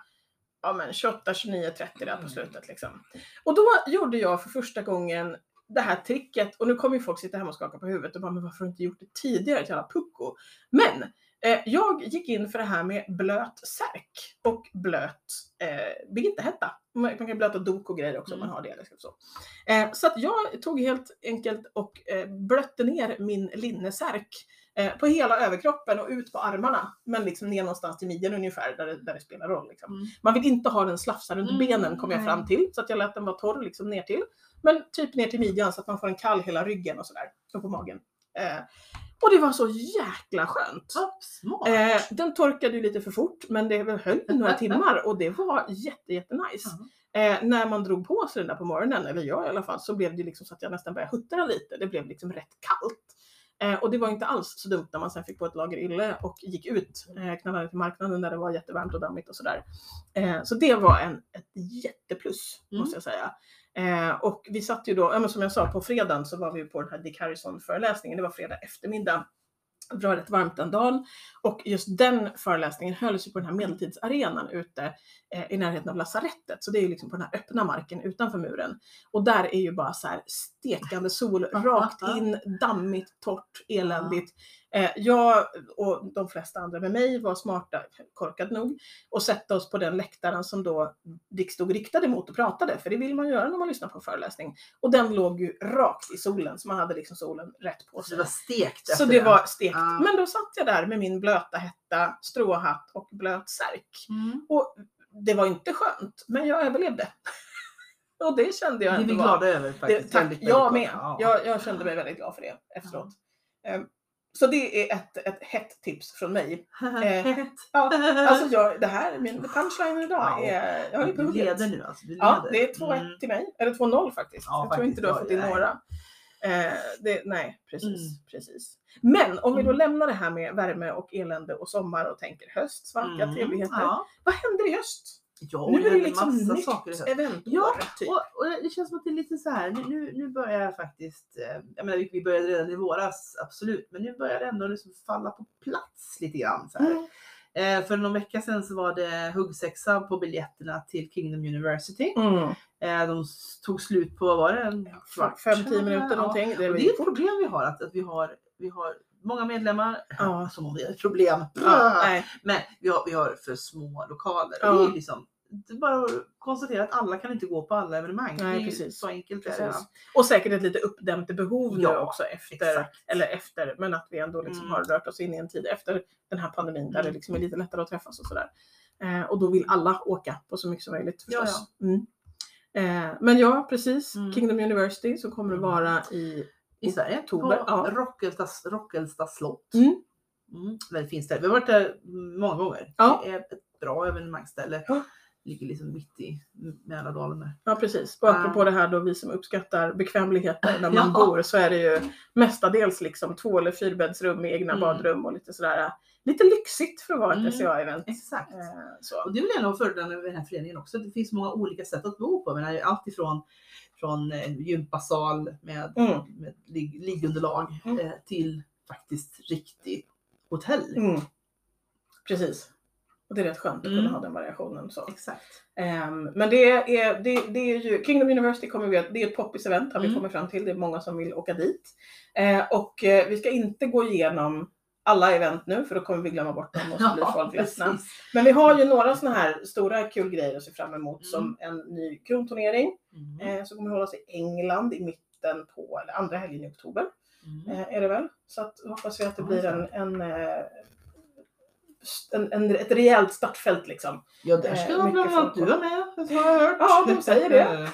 28, 29, 30 där på slutet liksom. Och då gjorde jag för första gången det här tricket, och nu kommer ju folk sitta hemma och skaka på huvudet och bara, men varför har du inte gjort det tidigare till alla pucko? Men jag gick in för det här med blöt särk och blöt Birgittahätta. Man kan blöta dok och grejer också om man har det. Liksom så. Så att jag tog helt enkelt och blötte ner min linnesärk på hela överkroppen och ut på armarna, men liksom ner någonstans till midjan ungefär där det spelar roll. Liksom. Man vill inte ha den slafsa runt benen, kom jag fram till, så att jag lät den vara torr liksom ner till. Men typ ner till midjan så att man får en kall hela ryggen och sådär, och på magen. Och det var så jäkla skönt. Smart. Den torkade ju lite för fort, men det höll några timmar och det var jättenice. När man drog på sig den där på morgonen, eller jag i alla fall, så blev det liksom så att jag nästan började huttra lite. Det blev liksom rätt kallt. Och det var inte alls så dumt när man sen fick på ett lager ylle och gick ut, knallade till marknaden där det var jättevarmt och dammigt och sådär. Så det var ett jätteplus, måste jag säga. Och vi satt ju då, som jag sa, på fredagen så var vi på den här Dick Harrison-föreläsningen. Det var fredag eftermiddag. Det var rätt varmt den dagen. Och just den föreläsningen hölls ju på den här medeltidsarenan ute i närheten av lasarettet. Så det är ju liksom på den här öppna marken utanför muren. Och där är ju bara så här stekande sol, rakt in, dammigt, torrt, eländigt. Jag och de flesta andra med mig var smarta, korkad nog, och sätta oss på den läktaren som då Dick stod riktad emot och pratade. För det vill man göra när man lyssnar på en föreläsning. Och den låg ju rakt i solen, så man hade liksom solen rätt på sig. Så det var stekt. Så det var stekt. Men då satt jag där med min blöta hätta, stråhatt och blöt särk. Och det var inte skönt, men jag överlevde. Och det kände jag ändå. Det är vi glada över faktiskt. Tack, jag med. Jag kände mig väldigt glad för det efteråt. Så det är ett hett tips från mig. Alltså det här, min punchline idag är... Jag har ju leder nu alltså. Det är 2-1 till mig. Eller 2-0 faktiskt. Jag tror inte du har fått in några. Nej, precis. Men om vi då lämnar det här med värme och elände och sommar och tänker höst, svalka, trevligheter. Vad händer i höst? Ja, nu är det liksom massa nytt saker eventår. Typ. Och det känns som att det är lite så här. Nu börjar jag faktiskt, jag menar vi började redan i våras, absolut. Men nu börjar det ändå liksom falla på plats lite grann så här. För någon vecka sedan så var det huggsexa på biljetterna till Kingdom University. De tog slut på, vad var det? 5-10 minuter någonting. Det är ett problem vi har, att vi har många medlemmar, som om vi har ett problem. Men vi har för små lokaler. Och det är liksom, det är bara att konstatera att alla kan inte gå på alla evenemang. Nej, det är precis. Så enkelt. Och säkert ett lite uppdämt behov nu också efter, men att vi ändå liksom har rört oss in i en tid efter den här pandemin där det liksom är lite lättare att träffas och sådär. Och då vill alla åka på så mycket som möjligt förstås. Men ja, precis. Kingdom University som kommer att vara i Sverige, oktober. Rockelsta slott. Väldigt fint ställe. Vi har varit där många gånger. Det är ett bra evenemangställe. ligger liksom mitt i Mälardalen där. Ja, precis. Och apropå det här då, vi som uppskattar bekvämligheter när man bor, så är det ju mestadels liksom 2 eller 4-bäddsrum med egna badrum och lite sådär, lite lyxigt för att vara ett SCA-event. Exakt. Så. Och det är väl en av fördelarna med den här föreningen också. Det finns många olika sätt att bo på. Men allt ifrån gympasal med liggunderlag till faktiskt riktigt hotell. Precis. Och det är rätt skönt att kunna ha den variationen. Så. Exakt. Men det är ju, Kingdom University kommer vi att, det är ett poppis-event har vi kommit fram till. Det är många som vill åka dit. Och vi ska inte gå igenom alla event nu, för då kommer vi glömma bort dem och så blir folk ledsna. Men vi har ju några såna här stora kul grejer att se fram emot, som en ny kronturnering som kommer hållas i England i mitten på, eller andra helgen i oktober är det väl. Så att, hoppas vi att det blir ett rejält startfält liksom. Ja, där ska bland annat du vara med, har jag hört. Ja, de säger det.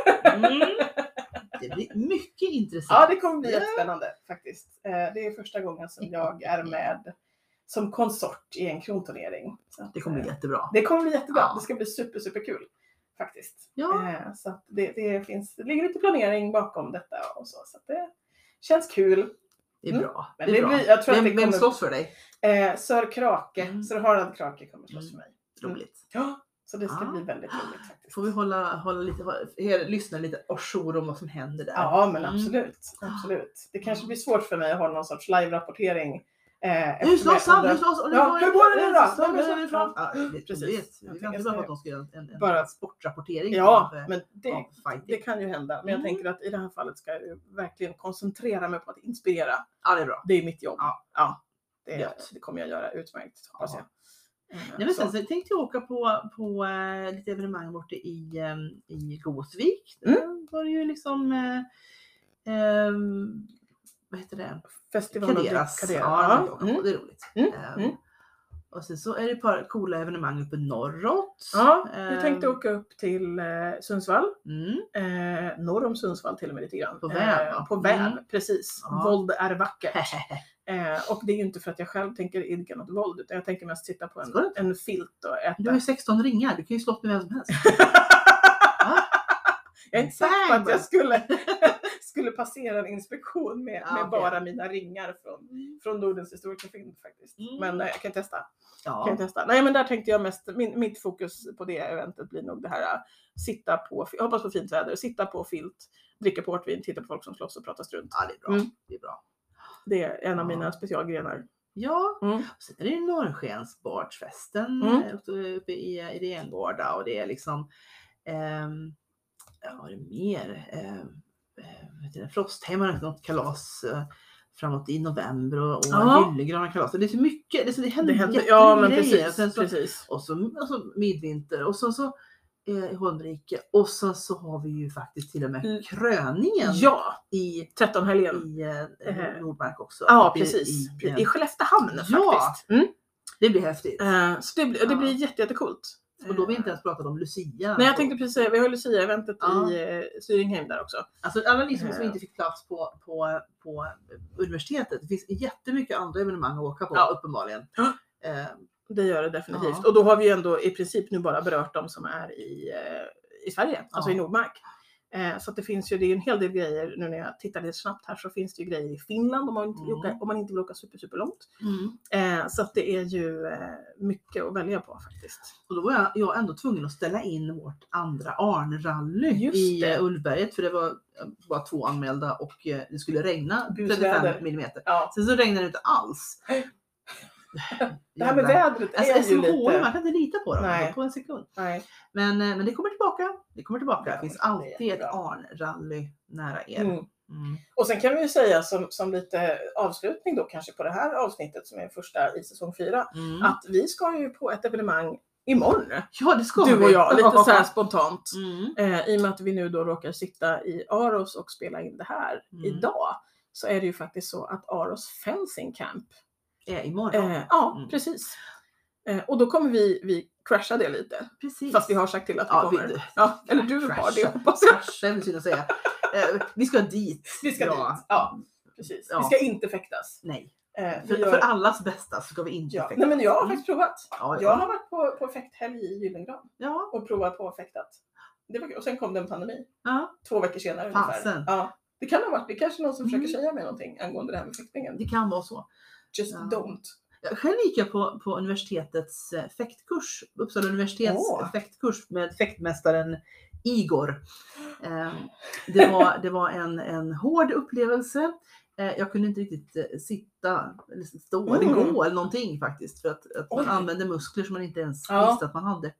Det blir mycket intressant. Ja, det kommer bli jättespännande faktiskt. Det är första gången som jag är med som konsort i en kronturnering. Så det kommer bli jättebra. Det kommer bli jättebra. Ja. Det ska bli superkul faktiskt. Ja. Så att det ligger lite planering bakom detta och så att det känns kul. Det är bra. Men det blir, jag tror vem slåss för dig? Sir Krake. Sir Harald Krake kommer slåss för mig. Roligt. Ja. Så det ska bli väldigt roligt faktiskt. Får vi lyssna lite ajour om vad som händer där. Ja, men absolut. Det kanske blir svårt för mig att hålla någon sorts live-rapportering. Nu slåss han! Hur går det nu då? Precis. Vi väntar bara på att de ska göra en sportrapportering. Ja, men det kan ju hända. Men jag tänker att i det här fallet ska jag verkligen koncentrera mig på att inspirera. Ja, det är bra. Det är mitt jobb. Ja. Det kommer jag göra utmärkt, hoppas jag. Nej, men sen så tänkte jag åka på lite evenemang borta i Gåsvik. Där var det ju liksom vad heter det? Festival Kaderas. Ja, det är roligt. Och sen så är det ett par coola evenemang uppe norrut. Ja, vi tänkte åka upp till Sundsvall. Norr om Sundsvall till och med lite grann. På Väv, precis. Våld är vackert. Och det är ju inte för att jag själv tänker idka något våld, utan jag tänker mest sitta på en filt och äta. Du har ju 16 ringar, du kan ju slå med vem som helst. Jag är inte sagt på att jag skulle passera en inspektion med bara mina ringar från Nordens historiska film faktiskt. Men jag kan testa. Nej, men där tänkte jag mest, mitt fokus på det eventet blir nog det här, jag hoppas på fint väder, sitta på filt, dricka portvin, titta på folk som slåss och prata strunt. Ja, det är bra. Det är bra. Det är en av mina specialgrenar. Ja, sen är det Norrskensbardsfesten uppe i Rengårda, och det är liksom vad är det mer? Frosthem har något kalas framåt i november och Gyllegrana kalas. Det är så mycket, det händer ja, men precis. Och så midvinter och så Holmrike, och så har vi ju faktiskt till och med kröningen i 13-helgen i Nordmark också. Ja, precis. I Skelleftehamn faktiskt. Det blir häftigt. Så det blir jättecoolt. Och då har vi inte ens pratat om Lucia. Nej, jag tänkte precis säga, vi har Lucia-eventet i Styringheim där också. Alltså alla ni som inte fick plats på universitetet, det finns jättemycket andra evenemang att åka på uppenbarligen. Det gör det definitivt. Och då har vi ändå i princip nu bara berört de som är i Sverige, alltså i Nordmark. Så att det finns ju, det är en hel del grejer, nu när jag tittar lite snabbt här så finns det ju grejer i Finland om man inte vill åka super långt. Så att det är ju mycket att välja på faktiskt. Och då var jag ändå tvungen att ställa in vårt andra Arnrally i Ullberget, för det var bara 2 anmälda och det skulle regna 35 millimeter. Sen så regnade det inte alls. Det här med vädret är ju lite... Man kan inte lita på dem. Nej. På en sekund. Nej. Men det kommer tillbaka. Det finns alltid ett Arnrally nära er. Och sen kan vi ju säga som lite avslutning då kanske på det här avsnittet som är första i säsong 4. Att vi ska ju på ett evenemang imorgon. Ja, det ska du och jag, lite så här spontant. I och med att vi nu då råkar sitta i Aros och spela in det här idag. Så är det ju faktiskt så att Aros Fencing Camp imorgon. Precis. Och då kommer vi crasha det lite. Precis. Fast vi har sagt till att vi kommer. Eller du har det, hoppas jag. Vi ska dit. Vi ska dit. Ja, precis. Vi ska inte fäktas. Nej. För allas bästa så ska vi inte effekta. Nej, men jag har faktiskt provat. Ja. Jag har varit på effekthelg i Gyllengran. Ja. Och provat på effektat. Det var, och sen kom det en pandemi. Ja. 2 veckor senare ungefär. Ja. Det kan ha varit. Det kanske någon som försöker säga mig någonting angående det här med effektningen. Det kan vara så. Just don't. Själv gick jag på universitetets effektkurs. Uppsala universitets effektkurs med effektmästaren Igor. Det var en hård upplevelse. Jag kunde inte riktigt sitta eller stå eller gå eller någonting faktiskt. För att man använde muskler som man inte ens visste att man hade.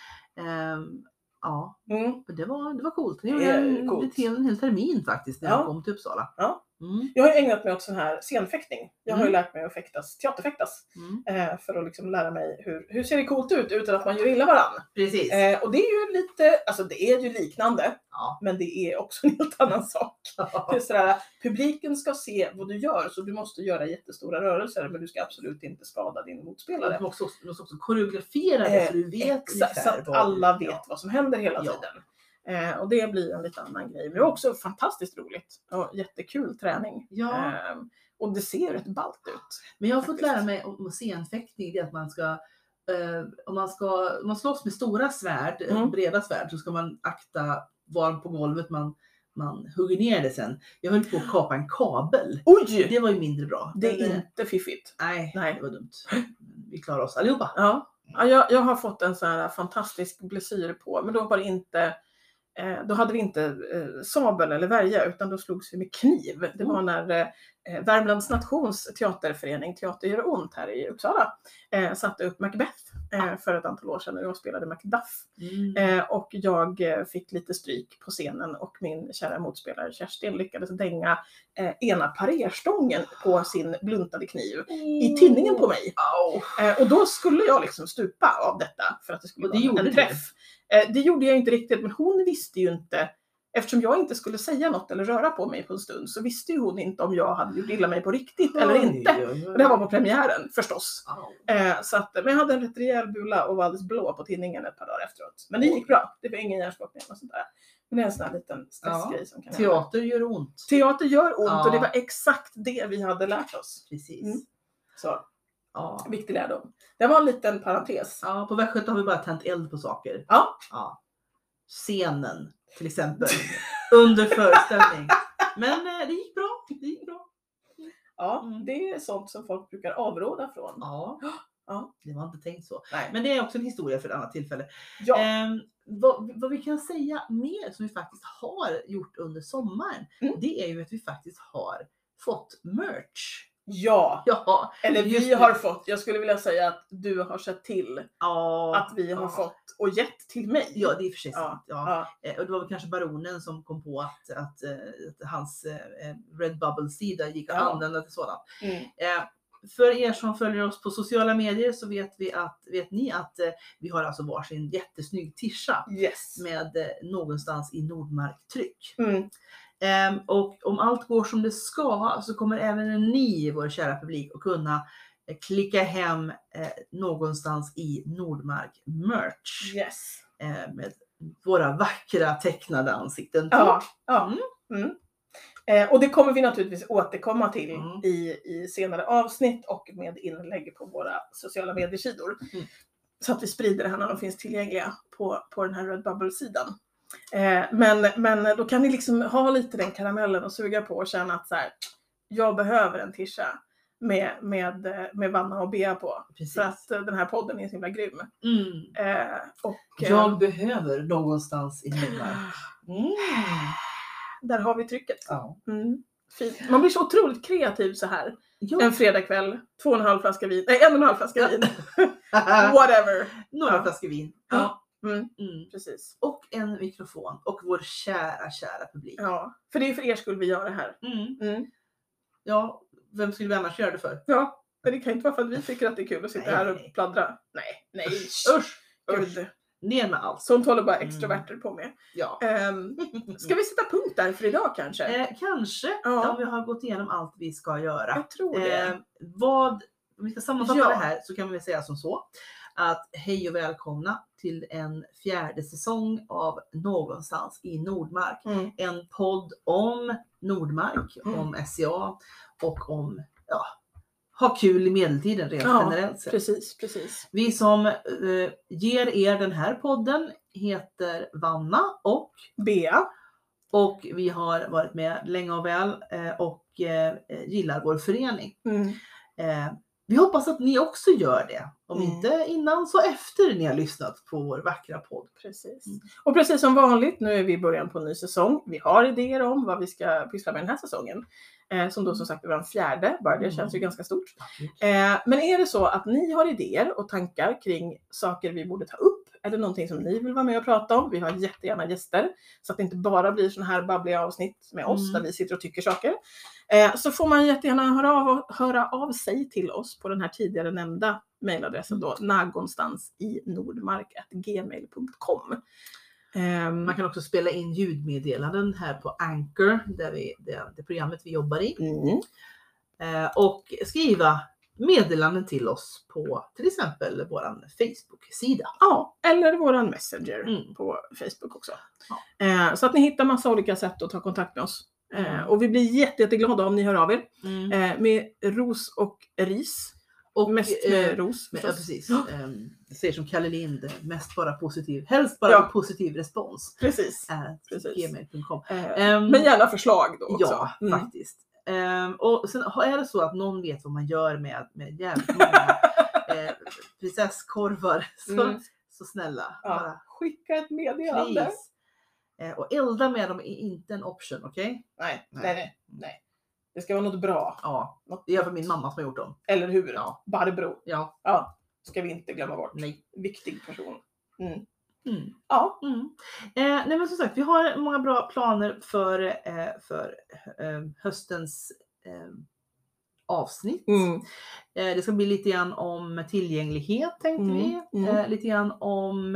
Det var coolt. Det var en hel termin faktiskt när jag kom till Uppsala. Ja. Jag har ägnat mig åt sån här scenfäktning. Jag har ju lärt mig att teaterfäktas. För att liksom lära mig hur ser det coolt ut utan att man gör illa varann. Precis. Och det är ju lite, alltså det är ju liknande. Men det är också en helt annan sak. Det är sådär, publiken ska se vad du gör så du måste göra jättestora rörelser men du ska absolut inte skada din motspelare. Du måste också koreografera det så du vet så att alla vet vad som händer hela tiden. Och det blir en lite annan grej. Men det är också fantastiskt roligt och jättekul träning. Och det ser rätt ballt ut. Men jag har fått lära mig om scenfäktning, det är att man ska om man slåss med stora svärd, breda svärd, så ska man akta var på golvet man hugger ner det sen. Jag höll på att kapa en kabel. Oj! Det var ju mindre bra. Det är inte fiffigt. Nej, det var dumt. Vi klarar oss allihopa. Ja, jag har fått en sån här fantastisk blessyr på, men då var det inte då hade vi inte sabel eller värja utan då slogs vi med kniv. Det var när Värmlands nations teaterförening Teater gör ont här i Uppsala satte upp Macbeth för ett antal år sedan och jag spelade Macduff. Och jag fick lite stryk på scenen och min kära motspelare Kerstin lyckades dänga ena parerstången på sin bluntade kniv i tinningen på mig. Och då skulle jag liksom stupa av detta för att det skulle vara en träff. Det gjorde jag inte riktigt, men hon visste ju inte, eftersom jag inte skulle säga något eller röra på mig på en stund, så visste ju hon inte om jag hade gjort illa mig på riktigt eller inte. Och det var på premiären förstås. Så att, men jag hade en rätt rejäl bula och var alldeles blå på tinningen ett par dagar efteråt. Men det gick bra, det var ingen hjärnskakning och sånt där. Men det är en sån här liten stressgrej som kan Teater gör ont. Teater gör ont och det var exakt det vi hade lärt oss. Precis. Så. Viktig lärdom. Det var en liten parentes. På Västgöta har vi bara tänt eld på saker. Scenen till exempel. Under föreställning. Men det gick bra. Det är sånt som folk brukar avråda från. Det var inte tänkt så. Nej. Men det är också en historia för ett annat tillfälle. Vad vi kan säga mer som vi faktiskt har gjort under sommaren. Det är ju att vi faktiskt har fått merch. Ja. Eller vi har fått, jag skulle vilja säga att du har sett till att vi har fått och gett till mig. Ja, det är för sig sant. Och det var väl kanske baronen som kom på att hans Redbubble-sida gick att använda till sådant. För er som följer oss på sociala medier så vet ni att vi har alltså varsin jättesnygg tisha med någonstans i Nordmark-tryck. Och om allt går som det ska så kommer även ni, vår kära publik, att kunna klicka hem någonstans i Nordmark merch. Med våra vackra tecknade ansikten. Och det kommer vi naturligtvis återkomma till i senare avsnitt och med inlägg på våra sociala mediesidor. Så att vi sprider det här när de finns tillgängliga på den här Redbubble-sidan. Men då kan ni liksom ha lite den karamellen och suga på och känna att så här, jag behöver en tisha med Vanna och Bea på. Precis. För att den här podden är så himla grym. Och jag behöver någonstans i Nordmark. Där har vi trycket. Fint. Man blir så otroligt kreativ så här. En fredagkväll, 2,5 flaska vin. Nej, 1,5 flaska vin. Whatever. Några flaskor vin. Precis. Och en mikrofon. Och vår kära publik. För det är för er skull vi gör det här. Ja, vem skulle vi annars göra det för? Ja, men det kan inte vara för att vi tycker att det är kul att sitta här och pladdra. Nej. Usch. Ner med allt. Sånt håller bara extroverter på med. Ska vi sätta punkt där för idag kanske? Kanske. Om vi har gått igenom allt vi ska göra. Jag tror det. Om vi ska sammanfatta det här så kan vi säga som så. Att hej och välkomna till en 4:e säsong av Någonstans i Nordmark. En podd om Nordmark, om SCA och om ha kul i medeltiden rent generellt sett. Precis. Vi som ger er den här podden heter Vanna och Bea. Och vi har varit med länge och väl och gillar vår förening. Vi hoppas att ni också gör det. Om inte innan så efter ni har lyssnat på vår vackra podd. Precis. Och precis som vanligt, nu är vi i början på en ny säsong. Vi har idéer om vad vi ska pyssla med den här säsongen. Som då som sagt är den 4:e. Bara det känns ju ganska stort. Men är det så att ni har idéer och tankar kring saker vi borde ta upp? Eller någonting som ni vill vara med och prata om? Vi har jättegärna gäster. Så att det inte bara blir sån här babbliga avsnitt med oss där vi sitter och tycker saker. Så får man jättegärna höra av sig till oss på den här tidigare nämnda mejladressen då. nagonstansinordmark@gmail.com. Man kan också spela in ljudmeddelanden här på Anchor, det programmet vi jobbar i. Och skriva meddelanden till oss på till exempel våran Facebook-sida. Ja, eller våran Messenger på Facebook också. Så att ni hittar massa olika sätt att ta kontakt med oss. Och vi blir jätteglada om ni hör av er. Med ros och ris. Och mest med ros. Ja, precis. Jag säger som Kalle Lind, mest bara positiv. Helst bara positiv respons. Precis. Gmail.com. Men gärna förslag då också. Ja, faktiskt. Och sen är det så att någon vet vad man gör med jävligt många prinsesskorvar. Så snälla. Bara skicka ett meddelande. Och elda med dem är inte en option, okej? Nej. Det ska vara något bra. Ja, det är för min mamma som har gjort dem. Eller hur? Ja. Barbro. Ja. Ska vi inte glömma bort. Nej. Viktig person. Ja. Nej men som sagt, vi har många bra planer för höstens avsnitt. Det ska bli lite grann om tillgänglighet tänkte vi. Lite grann om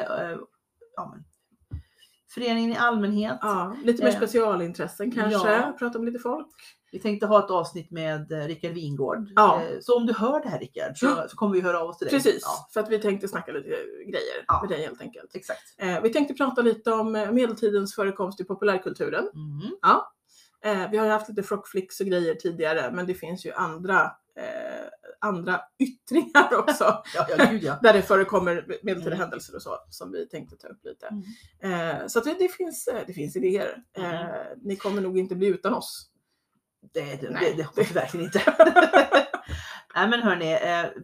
föreningen i allmänhet. Lite mer specialintressen kanske. Prata om lite folk. Vi tänkte ha ett avsnitt med Rickard Wingård. Så om du hör det här Rickard så kommer vi höra av oss till dig. Precis, för att vi tänkte snacka lite grejer med dig helt enkelt. Exakt. Vi tänkte prata lite om medeltidens förekomst i populärkulturen. Vi har ju haft lite frockflicks och grejer tidigare, men det finns ju andra yttringar också. Där det förekommer medeltida händelser och så som vi tänkte ta upp lite. Så att det finns idéer. Ni kommer nog inte bli utan oss. Det hoppas vi verkligen inte. Nej men hörni,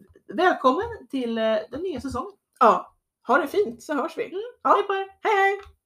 välkommen till den nya säsongen. Ha det fint så hörs vi. Hej på er. Hej!